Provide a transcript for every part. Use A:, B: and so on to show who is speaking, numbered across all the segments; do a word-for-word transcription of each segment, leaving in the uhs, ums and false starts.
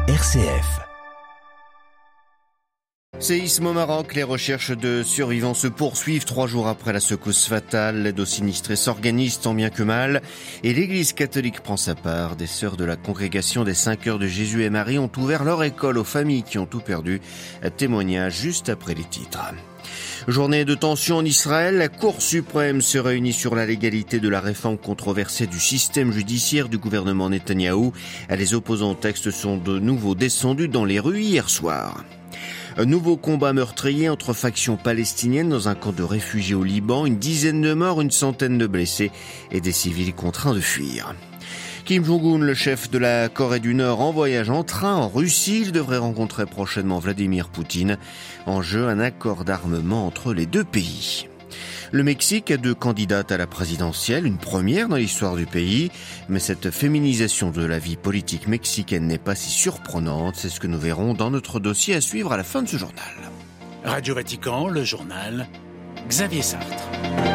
A: R C F.
B: Séisme au Maroc, les recherches de survivants se poursuivent trois jours après la secousse fatale. L'aide aux sinistrés s'organise tant bien que mal et l'Église catholique prend sa part. Des sœurs de la congrégation des Cinq Heures de Jésus et Marie ont ouvert leur école aux familles qui ont tout perdu. Témoignage juste après les titres. Journée de tension en Israël, la Cour suprême se réunit sur la légalité de la réforme controversée du système judiciaire du gouvernement Netanyahou. Les opposants au texte sont de nouveau descendus dans les rues hier soir. Un nouveau combat meurtrier entre factions palestiniennes dans un camp de réfugiés au Liban, une dizaine de morts, une centaine de blessés et des civils contraints de fuir. Kim Jong-un, le chef de la Corée du Nord, en voyage en train en Russie. Il devrait rencontrer prochainement Vladimir Poutine. En jeu, un accord d'armement entre les deux pays. Le Mexique a deux candidates à la présidentielle, une première dans l'histoire du pays. Mais cette féminisation de la vie politique mexicaine n'est pas si surprenante. C'est ce que nous verrons dans notre dossier à suivre à la fin de ce journal.
C: Radio Vatican, le journal, Xavier Sartre.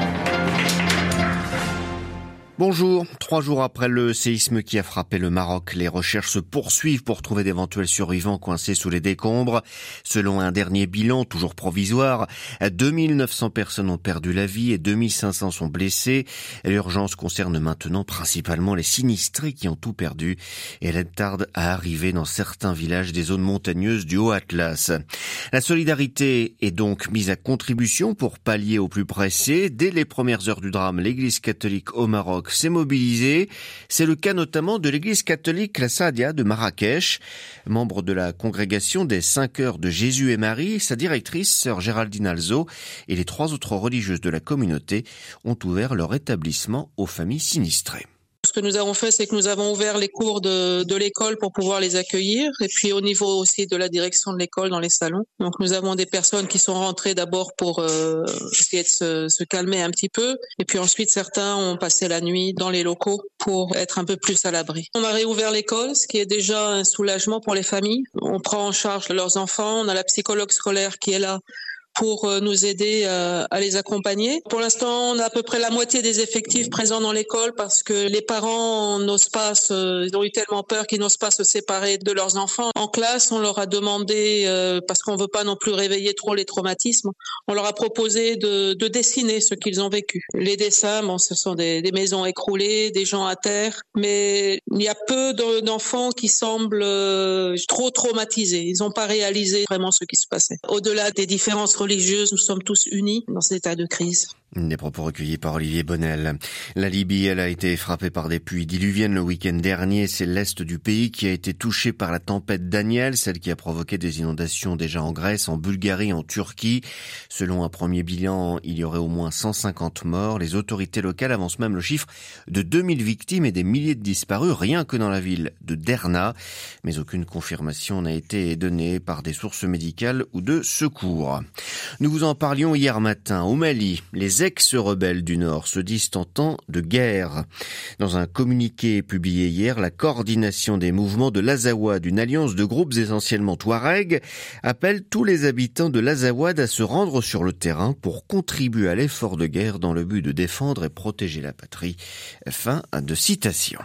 B: Bonjour. Trois jours après le séisme qui a frappé le Maroc, les recherches se poursuivent pour trouver d'éventuels survivants coincés sous les décombres. Selon un dernier bilan, toujours provisoire, deux mille neuf cents personnes ont perdu la vie et deux mille cinq cents sont blessées. L'urgence concerne maintenant principalement les sinistrés qui ont tout perdu et l'aide tarde à arriver dans certains villages des zones montagneuses du Haut-Atlas. La solidarité est donc mise à contribution pour pallier au plus pressé. Dès les premières heures du drame, l'Église catholique au Maroc s'est mobilisée. C'est le cas notamment de l'église catholique La Saadia de Marrakech. Membre de la congrégation des Cinq Heures de Jésus et Marie, sa directrice, sœur Géraldine Alzo, et les trois autres religieuses de la communauté ont ouvert leur établissement aux familles sinistrées.
D: Ce que nous avons fait, c'est que nous avons ouvert les cours de, de l'école pour pouvoir les accueillir, et puis au niveau aussi de la direction de l'école dans les salons. Donc nous avons des personnes qui sont rentrées d'abord pour euh, essayer de se, se calmer un petit peu, et puis ensuite certains ont passé la nuit dans les locaux pour être un peu plus à l'abri. On a réouvert l'école, ce qui est déjà un soulagement pour les familles. On prend en charge leurs enfants, on a la psychologue scolaire qui est là pour nous aider à les accompagner. Pour l'instant, on a à peu près la moitié des effectifs présents dans l'école parce que les parents n'osent pas, se, ils ont eu tellement peur qu'ils n'osent pas se séparer de leurs enfants. En classe, on leur a demandé, parce qu'on ne veut pas non plus réveiller trop les traumatismes, on leur a proposé de, de dessiner ce qu'ils ont vécu. Les dessins, bon, ce sont des, des maisons écroulées, des gens à terre, mais il y a peu d'enfants qui semblent trop traumatisés. Ils n'ont pas réalisé vraiment ce qui se passait. Au-delà des différences religieuses, nous sommes tous unis dans cet état de crise.
B: Des propos recueillis par Olivier Bonnel. La Libye, elle a été frappée par des pluies diluviennes le week-end dernier. C'est l'est du pays qui a été touché par la tempête Daniel, celle qui a provoqué des inondations déjà en Grèce, en Bulgarie, en Turquie. Selon un premier bilan, il y aurait au moins cent cinquante morts. Les autorités locales avancent même le chiffre de deux mille victimes et des milliers de disparus, rien que dans la ville de Derna. Mais aucune confirmation n'a été donnée par des sources médicales ou de secours. Nous vous en parlions hier matin. Au Mali, les ex-rebelles du Nord se disent en temps de guerre. Dans un communiqué publié hier, la coordination des mouvements de l'Azawad, une alliance de groupes essentiellement touaregs, appelle tous les habitants de l'Azawad à se rendre sur le terrain pour contribuer à l'effort de guerre dans le but de défendre et protéger la patrie. Fin de citation.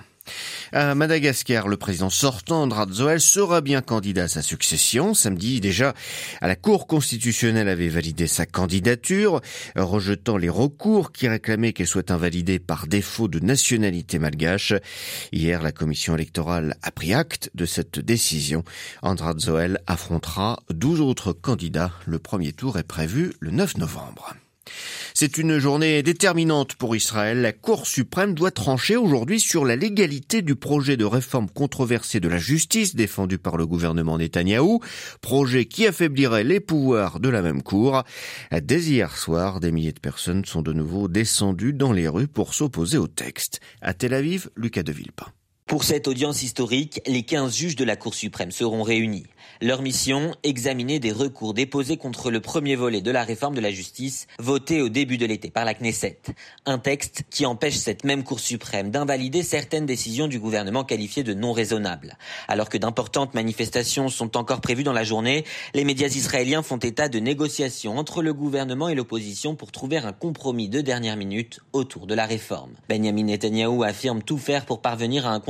B: À Madagascar, le président sortant, Drazoël, sera bien candidat à sa succession. Samedi, déjà, à la Cour constitutionnelle avait validé sa candidature, rejetant les recours qui réclamaient qu'elle soit invalidée par défaut de nationalité malgache. Hier, la commission électorale a pris acte de cette décision. Drazoël affrontera douze autres candidats. Le premier tour est prévu le neuf novembre. C'est une journée déterminante pour Israël. La Cour suprême doit trancher aujourd'hui sur la légalité du projet de réforme controversée de la justice défendu par le gouvernement Netanyahou, projet qui affaiblirait les pouvoirs de la même Cour. Dès hier soir, des milliers de personnes sont de nouveau descendues dans les rues pour s'opposer au texte. À Tel Aviv, Lucas de Villepin.
E: Pour cette audience historique, les quinze juges de la Cour suprême seront réunis. Leur mission, examiner des recours déposés contre le premier volet de la réforme de la justice, voté au début de l'été par la Knesset. Un texte qui empêche cette même Cour suprême d'invalider certaines décisions du gouvernement qualifiées de non raisonnables. Alors que d'importantes manifestations sont encore prévues dans la journée, les médias israéliens font état de négociations entre le gouvernement et l'opposition pour trouver un compromis de dernière minute autour de la réforme. Benjamin Netanyahou affirme tout faire pour parvenir à un compromis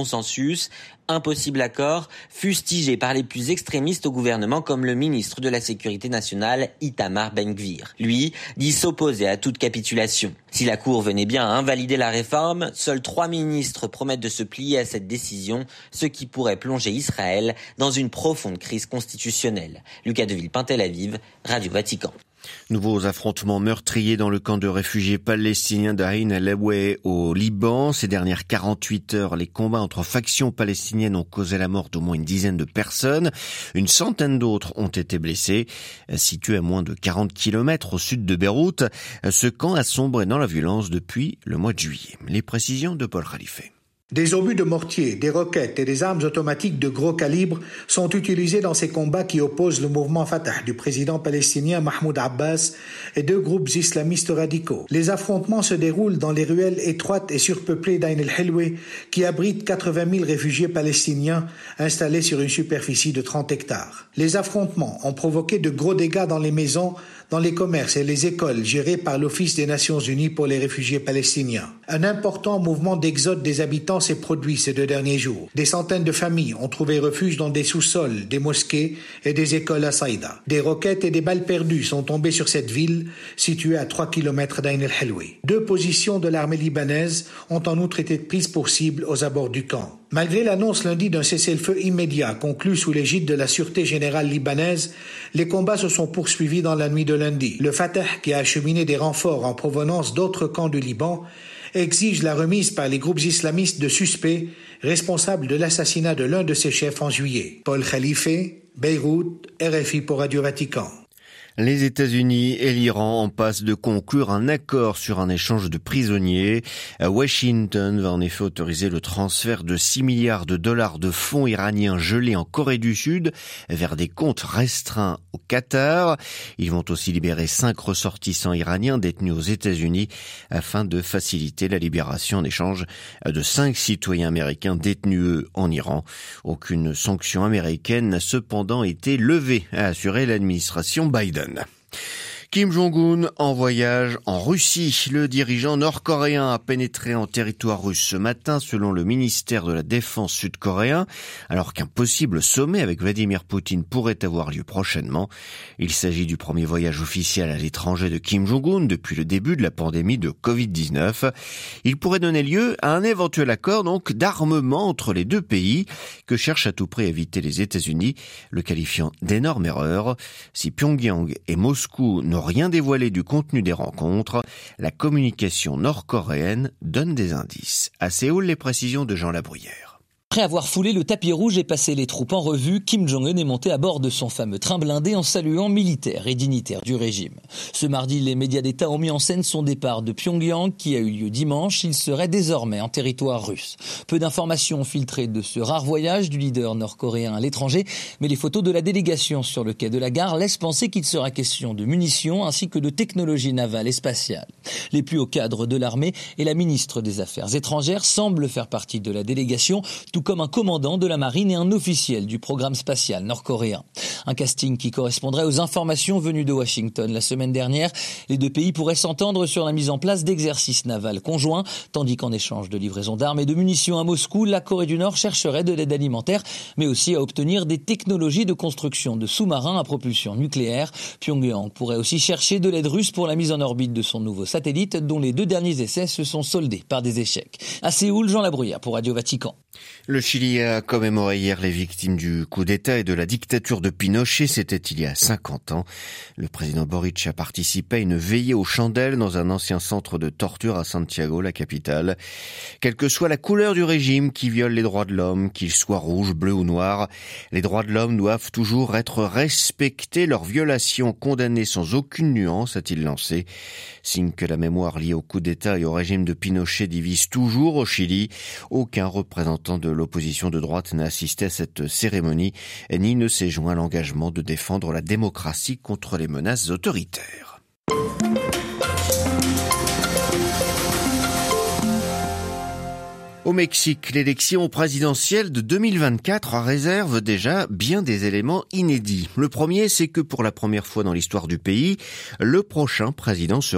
E: consensus. Impossible accord, fustigé par les plus extrémistes au gouvernement comme le ministre de la Sécurité nationale Itamar Ben-Gvir. Lui dit s'opposer à toute capitulation. Si la Cour venait bien à invalider la réforme, seuls trois ministres promettent de se plier à cette décision, ce qui pourrait plonger Israël dans une profonde crise constitutionnelle. Lucas de Villepin, Tel Aviv, Radio Vatican.
B: Nouveaux affrontements meurtriers dans le camp de réfugiés palestiniens d'Ain el-Aoué au Liban. Ces dernières quarante-huit heures, les combats entre factions palestiniennes ont causé la mort d'au moins une dizaine de personnes. Une centaine d'autres ont été blessés. Situé à moins de quarante kilomètres au sud de Beyrouth, ce camp a sombré dans la violence depuis le mois de juillet. Les précisions de Paul Khalife.
A: Des obus de mortier, des roquettes et des armes automatiques de gros calibre sont utilisés dans ces combats qui opposent le mouvement Fatah du président palestinien Mahmoud Abbas et deux groupes islamistes radicaux. Les affrontements se déroulent dans les ruelles étroites et surpeuplées d'Ain el-Helwe qui abritent quatre-vingt mille réfugiés palestiniens installés sur une superficie de trente hectares. Les affrontements ont provoqué de gros dégâts dans les maisons, dans les commerces et les écoles gérés par l'Office des Nations Unies pour les réfugiés palestiniens. Un important mouvement d'exode des habitants s'est produit ces deux derniers jours. Des centaines de familles ont trouvé refuge dans des sous-sols, des mosquées et des écoles à Saïda. Des roquettes et des balles perdues sont tombées sur cette ville, située à trois kilomètres d'Ain el-Helwe. Deux positions de l'armée libanaise ont en outre été prises pour cible aux abords du camp. Malgré l'annonce lundi d'un cessez-le-feu immédiat conclu sous l'égide de la Sûreté générale libanaise, les combats se sont poursuivis dans la nuit de lundi. Le Fatah, qui a acheminé des renforts en provenance d'autres camps du Liban, exige la remise par les groupes islamistes de suspects responsables de l'assassinat de l'un de ses chefs en juillet. Paul Khalife, Beyrouth, R F I pour Radio Vatican.
B: Les États-Unis et l'Iran en passent de conclure un accord sur un échange de prisonniers. Washington va en effet autoriser le transfert de six milliards de dollars de fonds iraniens gelés en Corée du Sud vers des comptes restreints au Qatar. Ils vont aussi libérer cinq ressortissants iraniens détenus aux États-Unis afin de faciliter la libération en échange de cinq citoyens américains détenus eux en Iran. Aucune sanction américaine n'a cependant été levée, a assuré l'administration Biden. Kim Jong-un en voyage en Russie. Le dirigeant nord-coréen a pénétré en territoire russe ce matin selon le ministère de la Défense sud-coréen, alors qu'un possible sommet avec Vladimir Poutine pourrait avoir lieu prochainement. Il s'agit du premier voyage officiel à l'étranger de Kim Jong-un depuis le début de la pandémie de covid dix-neuf. Il pourrait donner lieu à un éventuel accord donc d'armement entre les deux pays que cherchent à tout prix à éviter les États-Unis, le qualifiant d'énorme erreur. Si Pyongyang et Moscou n'ont rien dévoilé du contenu des rencontres, la communication nord-coréenne donne des indices. À Séoul, les précisions de Jean Labruyère.
F: Après avoir foulé le tapis rouge et passé les troupes en revue, Kim Jong-un est monté à bord de son fameux train blindé en saluant militaires et dignitaires du régime. Ce mardi, les médias d'État ont mis en scène son départ de Pyongyang qui a eu lieu dimanche. Il serait désormais en territoire russe. Peu d'informations filtrées de ce rare voyage du leader nord-coréen à l'étranger, mais les photos de la délégation sur le quai de la gare laissent penser qu'il sera question de munitions ainsi que de technologie navale et spatiale. Les plus hauts cadres de l'armée et la ministre des Affaires étrangères semblent faire partie de la délégation, tout comme un commandant de la marine et un officiel du programme spatial nord-coréen. Un casting qui correspondrait aux informations venues de Washington. La semaine dernière, les deux pays pourraient s'entendre sur la mise en place d'exercices navals conjoints, tandis qu'en échange de livraison d'armes et de munitions à Moscou, la Corée du Nord chercherait de l'aide alimentaire, mais aussi à obtenir des technologies de construction de sous-marins à propulsion nucléaire. Pyongyang pourrait aussi chercher de l'aide russe pour la mise en orbite de son nouveau satellite, dont les deux derniers essais se sont soldés par des échecs. À Séoul, Jean Labruyère pour Radio Vatican.
B: Le Chili a commémoré hier les victimes du coup d'État et de la dictature de Pinochet. C'était il y a cinquante ans. Le président Boric a participé à une veillée aux chandelles dans un ancien centre de torture à Santiago, la capitale. Quelle que soit la couleur du régime qui viole les droits de l'homme, qu'ils soient rouges, bleus ou noirs, les droits de l'homme doivent toujours être respectés, leur violation condamnée sans aucune nuance, a-t-il lancé. Signe que la mémoire liée au coup d'État et au régime de Pinochet divise toujours au Chili. Aucun représentant de l'opposition de droite n'a assisté à cette cérémonie ni ne s'est joint à l'engagement de défendre la démocratie contre les menaces autoritaires. Au Mexique, l'élection présidentielle de deux mille vingt-quatre réserve déjà bien des éléments inédits. Le premier, c'est que pour la première fois dans l'histoire du pays, le prochain président sera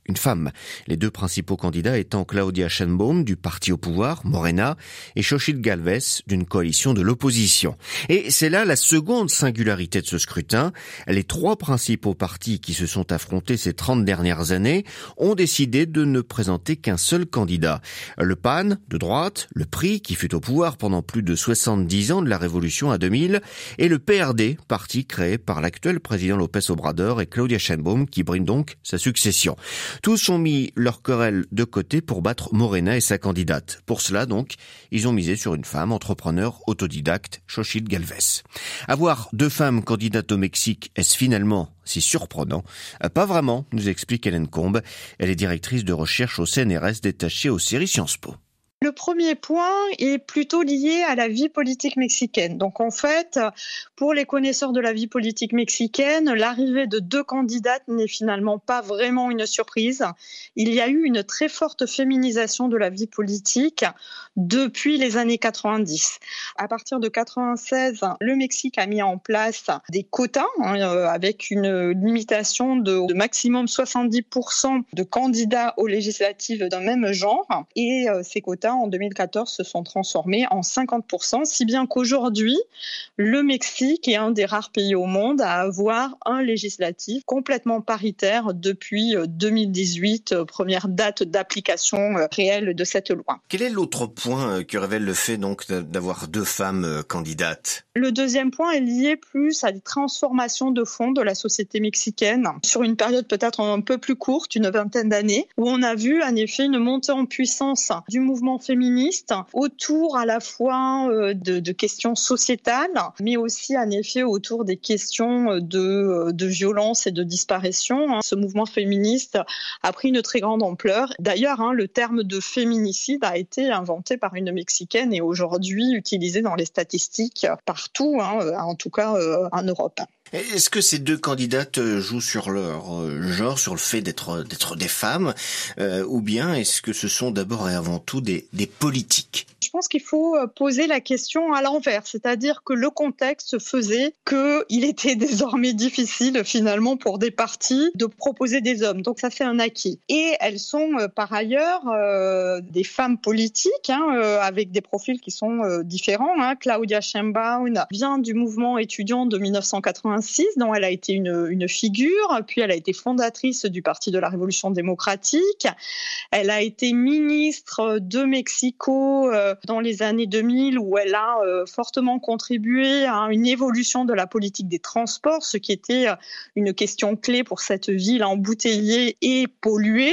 B: une femme. Les deux principaux candidats étant Claudia Sheinbaum du parti au pouvoir, Morena, et Xochitl Gálvez d'une coalition de l'opposition. Et c'est là la seconde singularité de ce scrutin. Les trois principaux partis qui se sont affrontés ces trente dernières années ont décidé de ne présenter qu'un seul candidat. Le P A N, de droite, le P R I, qui fut au pouvoir pendant plus de soixante-dix ans de la Révolution à deux mille, et le P R D, parti créé par l'actuel président López Obrador et Claudia Sheinbaum, qui brine donc sa succession. Tous ont mis leur querelle de côté pour battre Morena et sa candidate. Pour cela, donc, ils ont misé sur une femme entrepreneur autodidacte, Xochitl Gálvez. Avoir deux femmes candidates au Mexique, est-ce finalement si surprenant? Pas vraiment, nous explique Hélène Combe. Elle est directrice de recherche au C N R S détachée aux séries Sciences Po.
G: Le premier point est plutôt lié à la vie politique mexicaine. Donc en fait, pour les connaisseurs de la vie politique mexicaine, l'arrivée de deux candidates n'est finalement pas vraiment une surprise. Il y a eu une très forte féminisation de la vie politique depuis les années quatre-vingt-dix. À partir de quatre-vingt-seize, le Mexique a mis en place des quotas hein, avec une limitation de, de maximum soixante-dix pour cent de candidats aux législatives d'un même genre. Et euh, ces quotas en deux mille quatorze se sont transformés en cinquante pour cent, si bien qu'aujourd'hui, le Mexique est un des rares pays au monde à avoir un législatif complètement paritaire depuis deux mille dix-huit, première date d'application réelle de cette loi.
B: Quel est l'autre point que révèle le fait donc d'avoir deux femmes candidates ?
G: Le deuxième point est lié plus à des transformations de fond de la société mexicaine sur une période peut-être un peu plus courte, une vingtaine d'années, où on a vu en effet une montée en puissance du mouvement féministe autour à la fois de, de questions sociétales, mais aussi en effet autour des questions de, de violence et de disparition. Ce mouvement féministe a pris une très grande ampleur. D'ailleurs, hein, le terme de féminicide a été inventé par une Mexicaine et aujourd'hui utilisé dans les statistiques partout, hein, en tout cas euh, en Europe.
B: Est-ce que ces deux candidates jouent sur leur genre, sur le fait d'être d'être des femmes, euh, ou bien est-ce que ce sont d'abord et avant tout des, des politiques ?
G: Je pense qu'il faut poser la question à l'envers, c'est-à-dire que le contexte faisait qu'il était désormais difficile finalement pour des partis de proposer des hommes. Donc ça c'est un acquis. Et elles sont euh, par ailleurs euh, des femmes politiques hein, euh, avec des profils qui sont euh, différents. Hein. Claudia Sheinbaum vient du mouvement étudiant de dix-neuf cent quatre-vingt-six, dont elle a été une, une figure, puis elle a été fondatrice du Parti de la Révolution démocratique. Elle a été ministre de Mexico euh, dans les années deux mille où elle a euh, fortement contribué à une évolution de la politique des transports, ce qui était euh, une question clé pour cette ville embouteillée et polluée.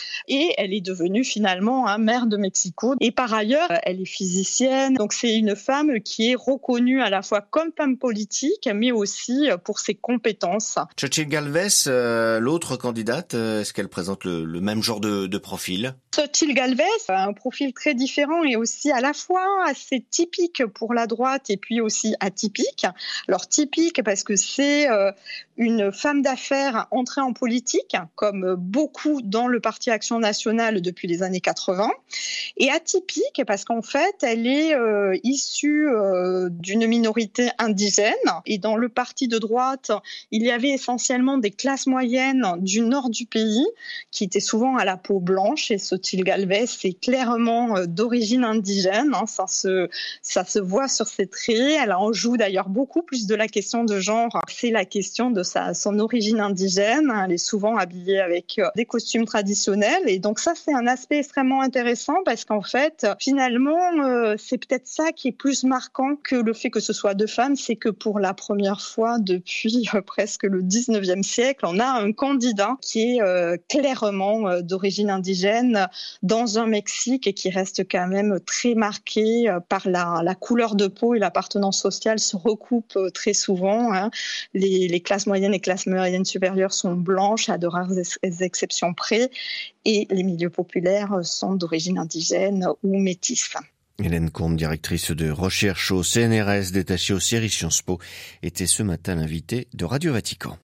G: Et elle est devenue finalement hein, maire de Mexico. Et par ailleurs, elle est physicienne. Donc c'est une femme qui est reconnue à la fois comme femme politique, mais aussi pour ses compétences.
B: Xochitl Gálvez, euh, l'autre candidate, euh, est-ce qu'elle présente le, le même genre de, de profil ?
G: Xochitl Gálvez a un profil très différent et aussi à la fois assez typique pour la droite et puis aussi atypique. Alors typique parce que c'est euh, une femme d'affaires entrée en politique, comme beaucoup dans le Parti Action Nationale depuis les années quatre-vingts, et atypique parce qu'en fait elle est euh, issue euh, d'une minorité indigène et dans le parti de droite il y avait essentiellement des classes moyennes du nord du pays qui étaient souvent à la peau blanche et Xochitl Gálvez est clairement euh, d'origine indigène, hein, ça, se, ça se voit sur ses traits, elle en joue d'ailleurs beaucoup plus de la question de genre, c'est la question de sa, son origine indigène, elle est souvent habillée avec euh, des costumes traditionnels et donc ça c'est un aspect extrêmement intéressant parce qu'en fait finalement euh, c'est peut-être ça qui est plus marquant que le fait que ce soit deux femmes, c'est que pour la première fois depuis euh, presque le dix-neuvième siècle, on a un candidat qui est euh, clairement euh, d'origine indigène dans un Mexique et qui reste quand même très marqué euh, par la, la couleur de peau et l'appartenance sociale se recoupent euh, très souvent. Hein. Les, les classes moyennes et classes moyennes supérieures sont blanches à de rares ex- exceptions près et les milieux populaires sont d'origine indigène ou métisse.
B: Hélène Combe, directrice de recherche au C N R S détachée aux séries Sciences Po, était ce matin l'invitée de Radio Vatican.